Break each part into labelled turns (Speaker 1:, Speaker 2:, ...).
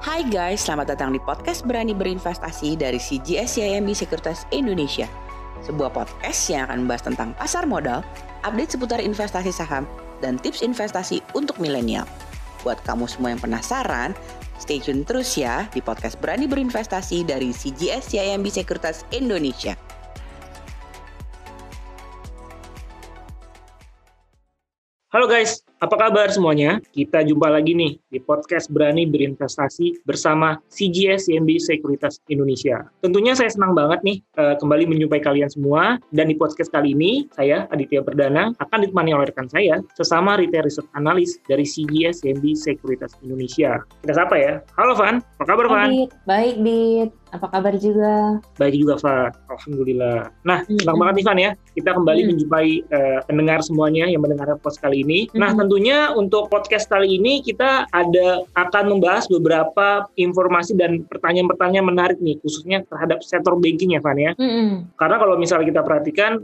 Speaker 1: Hai guys, selamat datang di podcast Berani Berinvestasi dari CGS CIMB Sekuritas Indonesia. Sebuah podcast yang akan membahas tentang pasar modal, update seputar investasi saham, dan tips investasi untuk milenial. Buat kamu semua yang penasaran, stay tune terus ya di podcast Berani Berinvestasi dari CGS CIMB Sekuritas Indonesia.
Speaker 2: Halo guys, apa kabar semuanya? Kita jumpa lagi nih di podcast Berani Berinvestasi bersama CGS CIMB Sekuritas Indonesia. Tentunya saya senang banget nih kembali menjumpai kalian semua, dan di podcast kali ini saya, Aditya Perdana, akan ditemani oleh rekan saya, sesama retail research analis dari CGS CIMB Sekuritas Indonesia. Kita sapa ya. Halo Van, apa kabar Van?
Speaker 3: Baik, Dit. Apa kabar juga?
Speaker 2: Baik juga, Van. Alhamdulillah. Nah, senang banget nih, Van ya. Kita kembali menjumpai pendengar semuanya yang mendengarkan podcast kali ini. Nah, tentunya untuk podcast kali ini kita akan membahas beberapa informasi dan pertanyaan-pertanyaan menarik nih, khususnya terhadap sektor banking ya, Van ya. Karena kalau misalnya kita perhatikan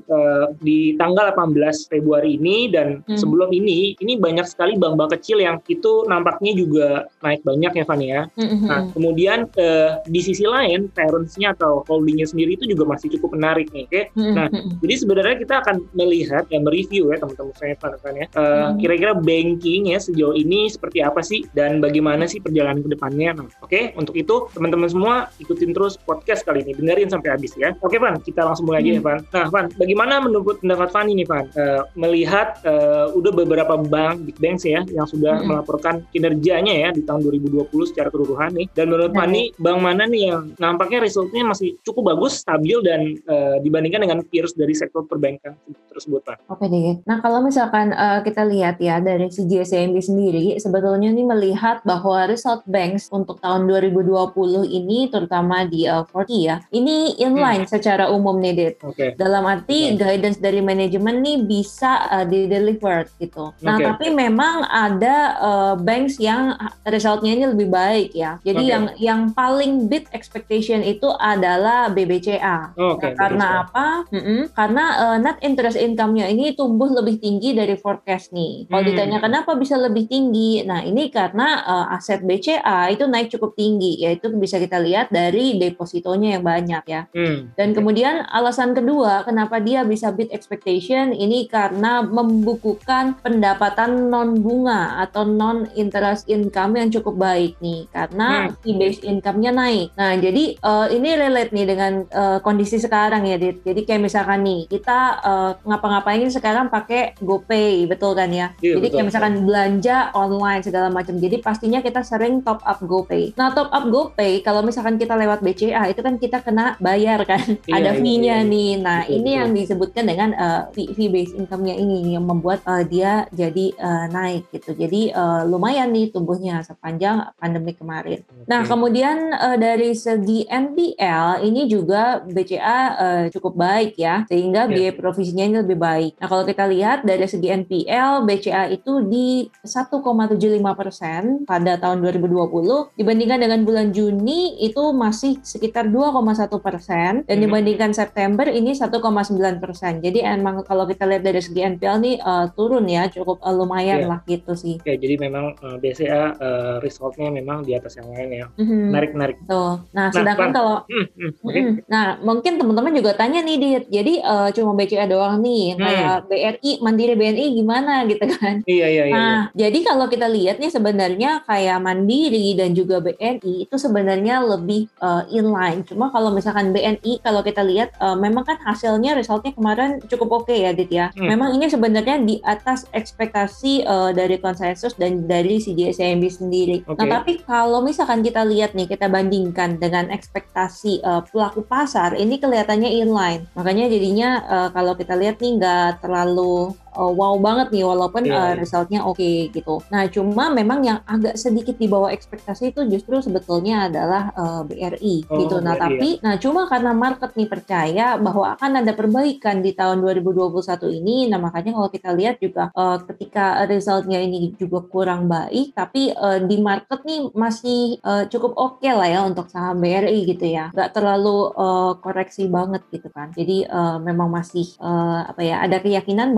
Speaker 2: di tanggal 18 Februari ini dan sebelum ini banyak sekali bank-bank kecil yang itu nampaknya juga naik banyak ya, Van ya. Nah, kemudian di sisi lain parents-nya atau holding-nya sendiri itu juga masih cukup menarik nih, oke? Nah, jadi sebenarnya kita akan melihat dan mereview ya teman-teman saya, Van ya. Kira-kira banking ya sejauh ini seperti apa sih dan bagaimana sih perjalanan ke depannya. Nah, oke, untuk itu teman-teman semua ikutin terus podcast kali ini, dengerin sampai habis ya. Oke, Van, kita langsung mulai aja ya, Van. Nah, Van, bagaimana menurut pendapat Van ini, Van? Melihat udah beberapa big banks ya yang sudah melaporkan kinerjanya ya di tahun 2020 secara keseluruhan nih. Dan menurut Van nih, bank mana nih yang nampaknya resultnya masih cukup bagus, stabil, dan dibandingkan dengan peers dari sektor perbankan tersebut, Pak?
Speaker 3: Oke deh. Nah, kalau misalkan kita lihat ya dari CGS CIMB sendiri, sebetulnya ini melihat bahwa result banks untuk tahun 2020 ini, terutama di 40 ya, ini inline secara umum nih, Dit. Dalam arti guidance dari manajemen nih bisa di-deliver gitu. Nah, tapi memang ada banks yang resultnya ini lebih baik ya. Jadi yang paling beat expectation itu adalah BBCA. Karena apa? Karena net interest income-nya ini tumbuh lebih tinggi dari forecast nih. Kalau ditanya kenapa bisa lebih tinggi, nah ini karena aset BCA itu naik cukup tinggi, yaitu bisa kita lihat dari depositonya yang banyak ya. Dan kemudian alasan kedua kenapa dia bisa beat expectation ini karena membukukan pendapatan non bunga atau non interest income yang cukup baik nih, karena fee based income-nya naik. Nah, jadi ini relate nih dengan kondisi sekarang ya, Dit. Jadi kayak misalkan nih, kita ngapa-ngapain sekarang pakai GoPay, betul kan ya? Jadi kayak misalkan belanja online segala macam. Jadi pastinya kita sering top up GoPay. Nah, top up GoPay kalau misalkan kita lewat BCA itu kan kita kena bayar kan. Ada fee-nya nih. Nah, ini yang disebutkan dengan fee based income-nya ini yang membuat dia jadi naik gitu. Jadi lumayan nih tumbuhnya sepanjang pandemi kemarin. Nah, kemudian dari segi NPL ini juga BCA cukup baik ya, sehingga biaya provisinya ini lebih baik. Nah, kalau kita lihat dari segi NPL, BCA itu di 1,75% pada tahun 2020, dibandingkan dengan bulan Juni itu masih sekitar 2,1%, dan dibandingkan September ini 1,9%. Jadi emang kalau kita lihat dari segi NPL nih turun ya, cukup lumayan lah gitu sih.
Speaker 2: Oke, jadi memang BCA resultnya memang di atas yang lain ya. Menarik.
Speaker 3: Tuh. Nah, sedangkan kalau nah, mungkin teman-teman juga tanya nih, Dit. Jadi cuma BCA doang nih, kayak BRI, Mandiri, BNI gimana gitu kan. Nah, jadi kalau kita lihat nih sebenarnya kayak Mandiri dan juga BNI itu sebenarnya lebih inline. Cuma kalau misalkan BNI, kalau kita lihat memang kan hasilnya resultnya kemarin cukup oke ya, Dit ya. Memang ini sebenarnya di atas ekspektasi dari konsensus dan dari CGS CIMB sendiri. Nah, tapi kalau misalkan kita lihat nih, kita bandingkan dengan ekspektasi pelaku pasar, ini kelihatannya inline. Makanya jadinya kalau kita lihat nih nggak terlalu wow banget nih, walaupun resultnya oke gitu. Nah, cuma memang yang agak sedikit di bawah ekspektasi itu justru sebetulnya adalah BRI gitu. Nah, cuma karena market nih percaya bahwa akan ada perbaikan di tahun 2021 ini, nah makanya kalau kita lihat juga ketika resultnya ini juga kurang baik, tapi di market nih masih cukup oke lah ya untuk saham BRI gitu ya. Nggak terlalu koreksi banget gitu kan. Jadi memang masih ada keyakinan bahwa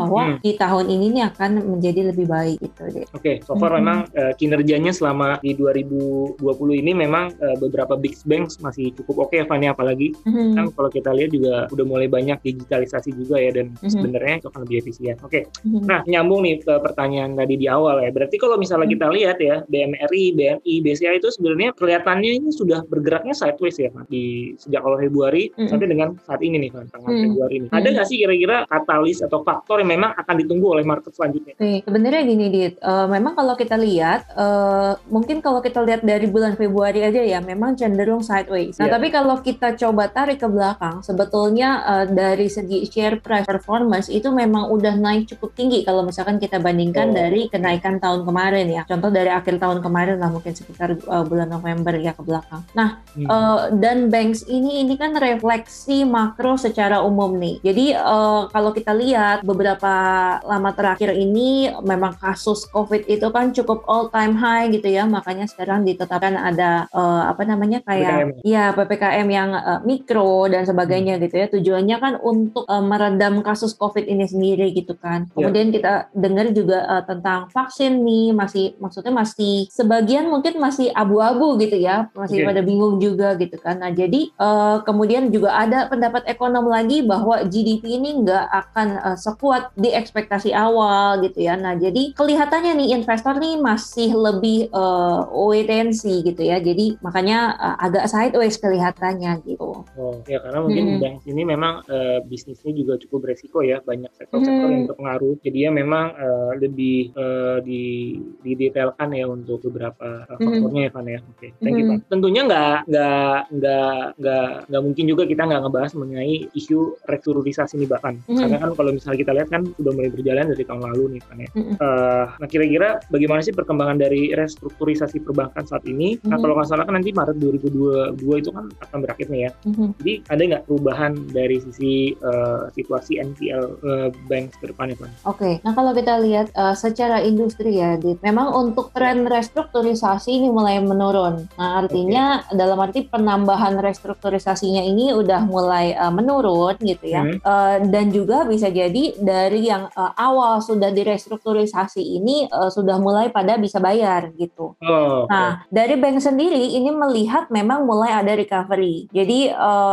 Speaker 3: di tahun ini nih akan menjadi lebih baik gitu deh.
Speaker 2: Oke, so far memang kinerjanya selama di 2020 ini memang beberapa big banks masih cukup oke, Fanny, apalagi kan kalau kita lihat juga udah mulai banyak digitalisasi juga ya, dan sebenarnya itu akan lebih efisien. Oke. Nah, nyambung nih ke pertanyaan tadi di awal ya. Berarti kalau misalnya kita lihat ya, BMRI, BNI, BCA itu sebenarnya kelihatannya ini sudah bergeraknya sideways ya, Fan, di sejak awal Februari sampai dengan saat ini nih, Fan, tanggal Februari ini. Ada nggak sih kira-kira katalis atau faktor yang memang akan ditunggu oleh market selanjutnya?
Speaker 3: Oke, sebenarnya gini, Dit. Memang kalau kita lihat, mungkin kalau kita lihat dari bulan Februari aja ya, memang cenderung sideways. Nah, tapi kalau kita coba tarik ke belakang, sebetulnya dari segi share price performance itu memang udah naik cukup tinggi kalau misalkan kita bandingkan dari kenaikan tahun kemarin ya. Contoh dari akhir tahun kemarin lah, mungkin sekitar bulan November ya ke belakang. Nah, dan banks ini kan refleksi makro secara umum nih. Jadi kalau kita lihat beberapa lama terakhir ini memang kasus COVID itu kan cukup all time high gitu ya, makanya sekarang ditetapkan ada kayak PPKM yang mikro dan sebagainya gitu ya. Tujuannya kan untuk meredam kasus COVID ini sendiri gitu kan. Kemudian kita dengar juga tentang vaksin nih, maksudnya masih sebagian mungkin masih abu-abu gitu ya, masih pada bingung juga gitu kan. Nah, jadi kemudian juga ada pendapat ekonom lagi bahwa GDP ini nggak akan sekuat di ekspektasi awal gitu ya. Nah, jadi kelihatannya nih investor nih masih lebih wait and see gitu ya. Jadi makanya agak sideways kelihatannya gitu.
Speaker 2: Oh ya, karena mungkin bank ini memang bisnisnya juga cukup beresiko ya, banyak sektor-sektor yang berpengaruh. Jadi ya memang lebih didetailkan ya untuk beberapa faktornya ya, Van ya. Oke, thank you, Van. Tentunya nggak mungkin juga kita nggak ngebahas mengenai isu restrukturisasi nih, bahkan karena kan kalau misalnya kita lihat kan sudah mulai berjalan dari tahun lalu nih, Van ya. Nah, kira-kira bagaimana sih perkembangan dari restrukturisasi perbankan saat ini? Nah, kalau nggak salah kan nanti Maret 2022 itu kan akan berakhir nih ya. Jadi ada nggak perubahan dari sisi situasi NPL bank ke depannya, Pak?
Speaker 3: Oke, nah kalau kita lihat secara industri ya, memang untuk tren restrukturisasi ini mulai menurun. Nah, artinya dalam arti penambahan restrukturisasinya ini udah mulai menurun gitu ya. Dan juga bisa jadi dari yang awal sudah direstrukturisasi ini sudah mulai pada bisa bayar gitu. Nah, dari bank sendiri ini melihat memang mulai ada recovery. Jadi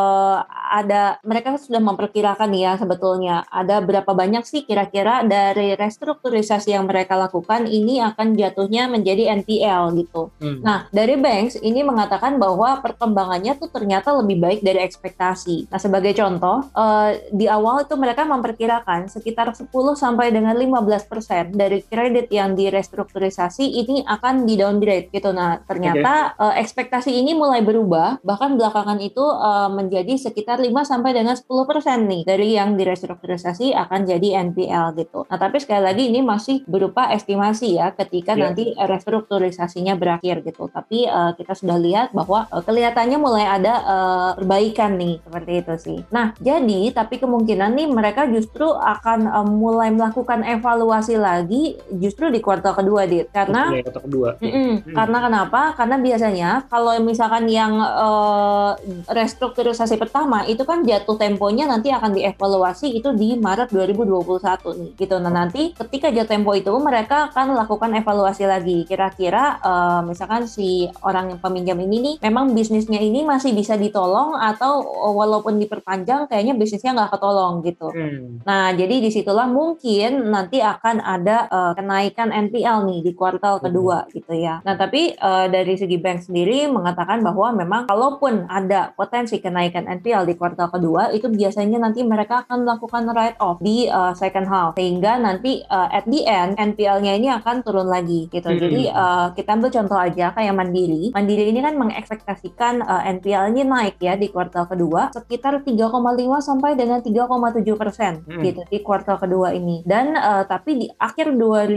Speaker 3: mereka sudah memperkirakan ya sebetulnya ada berapa banyak sih kira-kira dari restrukturisasi yang mereka lakukan ini akan jatuhnya menjadi NPL gitu. Nah, dari banks ini mengatakan bahwa perkembangannya tuh ternyata lebih baik dari ekspektasi. Nah, sebagai contoh, di awal itu mereka memperkirakan sekitar 10 sampai dengan 15% dari kredit yang direstrukturisasi ini akan di-downgrade gitu. Nah, ternyata ekspektasi ini mulai berubah, bahkan belakangan itu menjadi sekitar 5 sampai dengan 10% nih dari yang direstrukturisasi akan jadi NPL gitu. Nah, tapi sekali lagi ini masih berupa estimasi ya ketika nanti restrukturisasinya berakhir gitu. Tapi kita sudah lihat bahwa kelihatannya mulai ada perbaikan nih, seperti itu sih. Nah, jadi tapi kemungkinan nih mereka justru akan mulai melakukan evaluasi lagi justru di kuartal kedua, Dit. Karena
Speaker 2: kuartal kedua.
Speaker 3: Karena kenapa? Karena biasanya kalau misalkan yang restrukturisasi pertama itu kan jatuh temponya nanti akan dievaluasi itu di Maret 2021 nih gitu. Nah, nanti ketika jatuh tempo itu mereka akan lakukan evaluasi lagi. Kira-kira misalkan si orang yang peminjam ini nih memang bisnisnya ini masih bisa ditolong atau walaupun diperpanjang kayaknya bisnisnya nggak ketolong gitu. Nah, jadi disitulah mungkin nanti akan ada kenaikan NPL nih di kuartal kedua gitu ya. Nah, tapi dari segi bank sendiri mengatakan bahwa memang kalaupun ada potensi kenaikan NPL di kuartal kedua itu biasanya nanti mereka akan melakukan write off di second half sehingga nanti at the end NPL-nya ini akan turun lagi gitu. Jadi kita ambil contoh aja kayak Mandiri. Mandiri ini kan mengekspektasikan NPL ini naik ya di kuartal kedua sekitar 3,5 sampai dengan 3,7% gitu di kuartal kedua ini. Dan tapi di akhir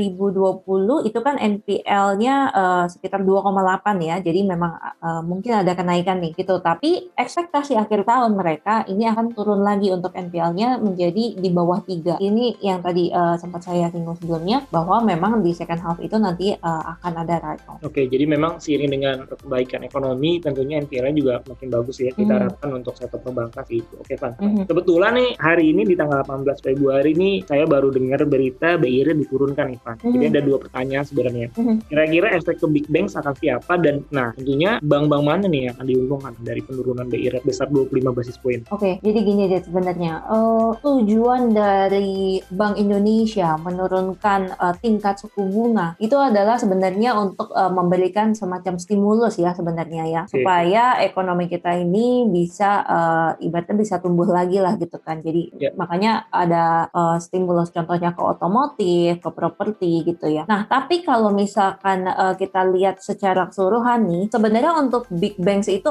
Speaker 3: 2020 itu kan NPL-nya sekitar 2,8 ya. Jadi memang mungkin ada kenaikan nih gitu. Tapi ekspektasi akhir tahun mereka ini akan turun lagi untuk NPL-nya menjadi di bawah 3. Ini yang tadi sempat saya singgung sebelumnya bahwa memang di second half itu nanti akan ada write-off.
Speaker 2: Oke, jadi memang seiring dengan perbaikan ekonomi tentunya NPL-nya juga makin bagus ya. Kita harapkan untuk sektor perbankan sih itu. Oke, Van. Kebetulan nih hari ini di tanggal 18 Februari nih saya saya baru dengar berita BI rate diturunkan nih Van. Jadi ada dua pertanyaan sebenarnya. Kira-kira efek ke big banks akan siapa dan tentunya bank-bank mana nih yang akan diuntungkan dari penurunan BI rate besar 25 basis point?
Speaker 3: Oke, jadi gini deh sebenarnya. Tujuan dari Bank Indonesia menurunkan tingkat suku bunga itu adalah sebenarnya untuk memberikan semacam stimulus ya sebenarnya ya, supaya ekonomi kita ini bisa ibaratnya bisa tumbuh lagi lah gitu kan. Jadi makanya ada stimulus contohnya ke otomotif, ke properti gitu ya. Nah, tapi kalau misalkan kita lihat secara keseluruhan nih, sebenarnya untuk big banks itu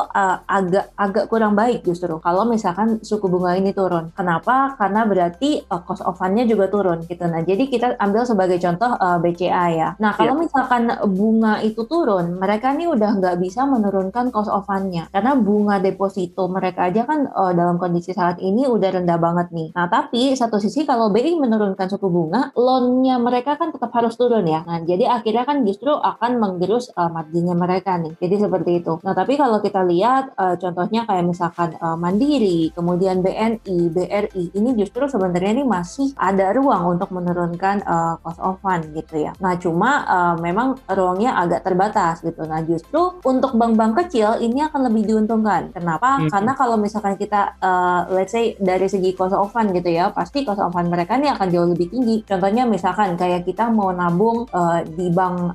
Speaker 3: agak kurang baik justru kalau misalkan suku bunga ini turun. Kenapa? Karena berarti cost of fund-nya juga turun gitu. Nah, jadi kita ambil sebagai contoh BCA ya. Nah, kalau misalkan bunga itu turun, mereka nih udah nggak bisa menurunkan cost of fund-nya. Karena bunga deposito mereka aja kan dalam kondisi saat ini udah rendah banget nih. Nah, tapi satu sisi kalau BI menurunkan suku bunga, loan-nya mereka kan tetap harus turun ya. Nah, jadi akhirnya kan justru akan menggerus marginnya mereka nih. Jadi seperti itu. Nah, tapi kalau kita lihat contohnya kayak misalkan Mandiri, kemudian BNI, BRI, ini justru sebenarnya ini masih ada ruang untuk menurunkan cost of fund gitu ya. Nah, cuma memang ruangnya agak terbatas gitu. Nah, justru untuk bank-bank kecil ini akan lebih diuntungkan. Kenapa? Karena kalau misalkan kita let's say dari segi cost of fund gitu ya, pasti cost of fund mereka ini akan jauh lebih tinggi. Contohnya misalkan kayak kita mau nabung di bank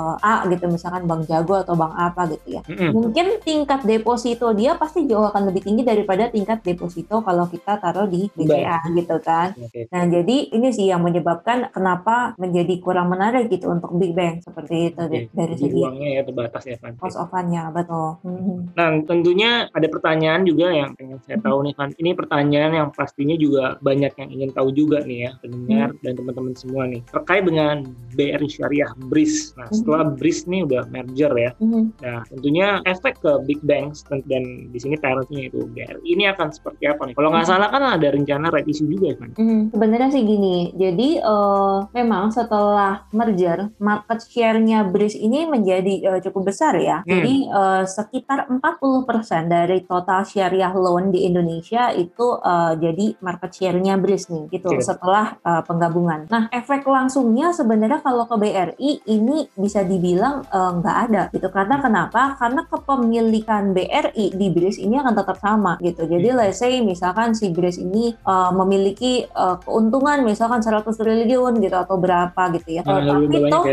Speaker 3: A gitu, misalkan bank Jago atau bank apa gitu ya. Mungkin tingkat deposito dia pasti jauh akan lebih tinggi daripada tingkat deposito kalau kita taruh di BCA gitu kan. Nah, jadi ini sih yang menyebabkan kenapa menjadi kurang menarik gitu untuk big bank seperti itu dari segi
Speaker 2: ruangnya ya terbatas ya Van.
Speaker 3: Cost of fund-nya betul.
Speaker 2: Nah, tentunya ada pertanyaan juga yang pengen saya tahu nih Van. Ini pertanyaan yang pastinya juga banyak yang ingin tahu juga nih ya, pendengar dan teman-teman semua nih. Terkait dengan BRI Syariah BRIS. Nah, setelah BRIS nih udah merger ya. Nah, tentunya efek ke big banks dan di sini parentnya itu BRI ini akan seperti apa nih? Kalau nggak salah kan ada rencana right issue juga kan?
Speaker 3: Sebenarnya sih gini, jadi memang setelah merger, market share-nya BRIS ini menjadi cukup besar ya. Jadi sekitar 40% dari total syariah loan di Indonesia itu jadi market share-nya BRIS nih, gitu setelah penggabungan. Nah, efek langsungnya sebenarnya kalau ke BRI ini bisa dibilang nggak ada gitu. Karena kenapa? Karena kepemilikan BRI di BRIS ini akan tetap sama gitu. Jadi let's say misalkan si BRIS ini memiliki keuntungan misalkan 100 triliun gitu atau berapa gitu ya. Tapi toh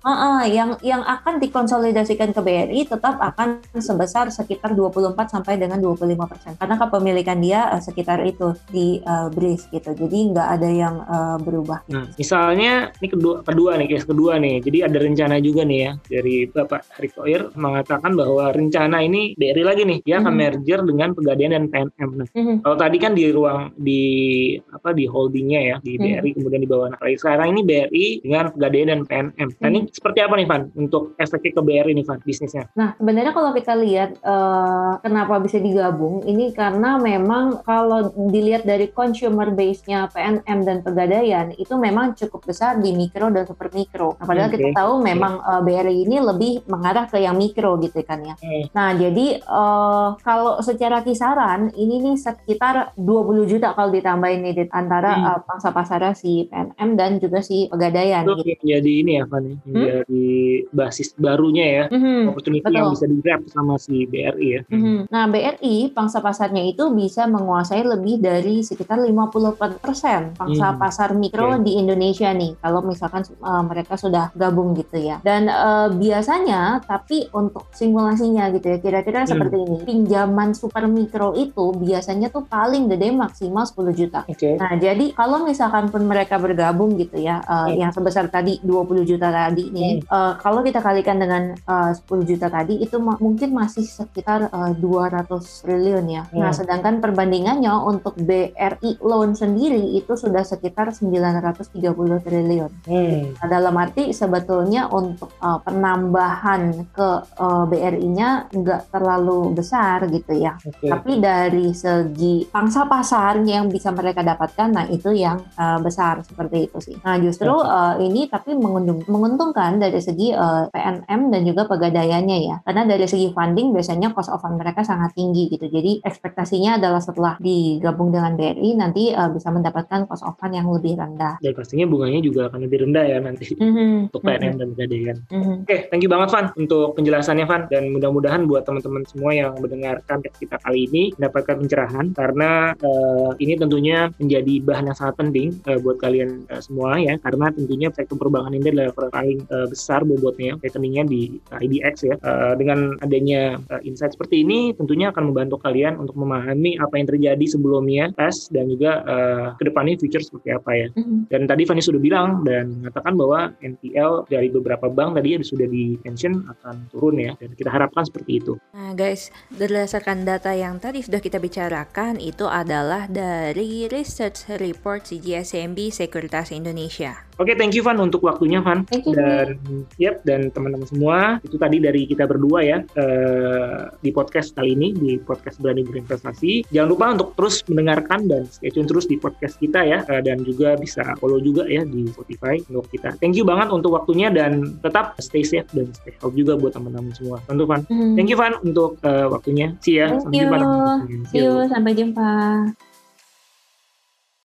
Speaker 3: yang akan dikonsolidasikan ke BRI tetap akan sebesar sekitar 24 sampai dengan 25% karena kepemilikan dia sekitar itu di BRIS gitu. Jadi nggak ada yang berubah.
Speaker 2: Nah, misalnya ini case kedua nih. Jadi ada rencana juga nih ya dari Bapak Erick Thohir mengatakan bahwa rencana ini BRI lagi nih dia akan merger dengan Pegadaian dan PNM. Nah, kalau tadi kan di holdingnya ya di BRI kemudian di bawah lagi. Sekarang ini BRI dengan Pegadaian dan PNM. Nah, ini seperti apa nih Van untuk efeknya ke BRI nih Van bisnisnya?
Speaker 3: Nah, sebenarnya kalau kita lihat kenapa bisa digabung ini karena memang kalau dilihat dari consumer base-nya PNM dan Pegadaian itu memang cukup besar di mikro dan super mikro. Nah, padahal kita tahu memang BRI ini lebih mengarah ke yang mikro gitu kan ya. Nah, jadi kalau secara kisaran ini nih sekitar 20 juta kalau ditambahin nih antara pangsa pasarnya si PNM dan juga si Pegadaian
Speaker 2: itu
Speaker 3: gitu.
Speaker 2: Jadi ini ya Van, jadi basis barunya ya, opportunity yang bisa di-grab sama si BRI ya.
Speaker 3: Nah, BRI pangsa pasarnya itu bisa menguasai lebih dari sekitar 50% pangsa pasar mikro di Indonesia nih kalau misalkan mereka sudah gabung gitu ya. Dan biasanya tapi untuk simulasinya gitu ya kira-kira seperti ini. Pinjaman super mikro itu biasanya tuh paling gede maksimal 10 juta. Nah, jadi kalau misalkan pun mereka bergabung gitu ya yang sebesar tadi 20 juta tadi nih kalau kita kalikan dengan 10 juta tadi itu mungkin masih sekitar 200 triliun ya. Nah, sedangkan perbandingannya untuk BRI loan sendiri itu sudah sekitar 930 triliun. Nah, dalam arti sebetulnya untuk penambahan ke BRI-nya nggak terlalu besar gitu ya. Tapi dari segi pangsa pasarnya yang bisa mereka dapatkan, nah itu yang besar seperti itu sih. Nah, justru ini tapi menguntungkan dari segi PNM dan juga Pegadaiannya ya. Karena dari segi funding biasanya cost of fund mereka sangat tinggi gitu. Jadi ekspektasinya adalah setelah digabung dengan BRI nanti bisa mendapatkan cost of fund akan yang lebih rendah.
Speaker 2: Dan pastinya bunganya juga akan lebih rendah ya nanti untuk PNM dan pegadaian. Oke, thank you banget Van untuk penjelasannya Van, dan mudah-mudahan buat teman-teman semua yang mendengarkan kita kali ini mendapatkan pencerahan, karena ini tentunya menjadi bahan yang sangat penting buat kalian semua ya, karena tentunya sektor perbankan ini adalah paling besar bobotnya rekeningnya di IDX ya. Dengan adanya insight seperti ini tentunya akan membantu kalian untuk memahami apa yang terjadi sebelumnya tes dan juga kedepannya future seperti apa ya. Dan tadi Fanny sudah bilang dan mengatakan bahwa NPL dari beberapa bank tadi sudah di-mention akan turun ya, dan kita harapkan seperti itu.
Speaker 4: Nah guys, berdasarkan data yang tadi sudah kita bicarakan itu adalah dari Research Report CGS-CIMB Sekuritas Indonesia.
Speaker 2: Oke, thank you Van untuk waktunya Van. Dan teman-teman semua, itu tadi dari kita berdua ya di podcast kali ini, di podcast Berani Berinvestasi. Jangan lupa untuk terus mendengarkan dan stay tune terus di podcast kita ya, dan juga bisa follow juga ya di Spotify untuk kita. Thank you banget untuk waktunya dan tetap stay safe dan stay healthy juga buat teman-teman semua. Tentu Van. Thank you Van untuk waktunya. See ya.
Speaker 3: Thank you. See you. Sampai jumpa.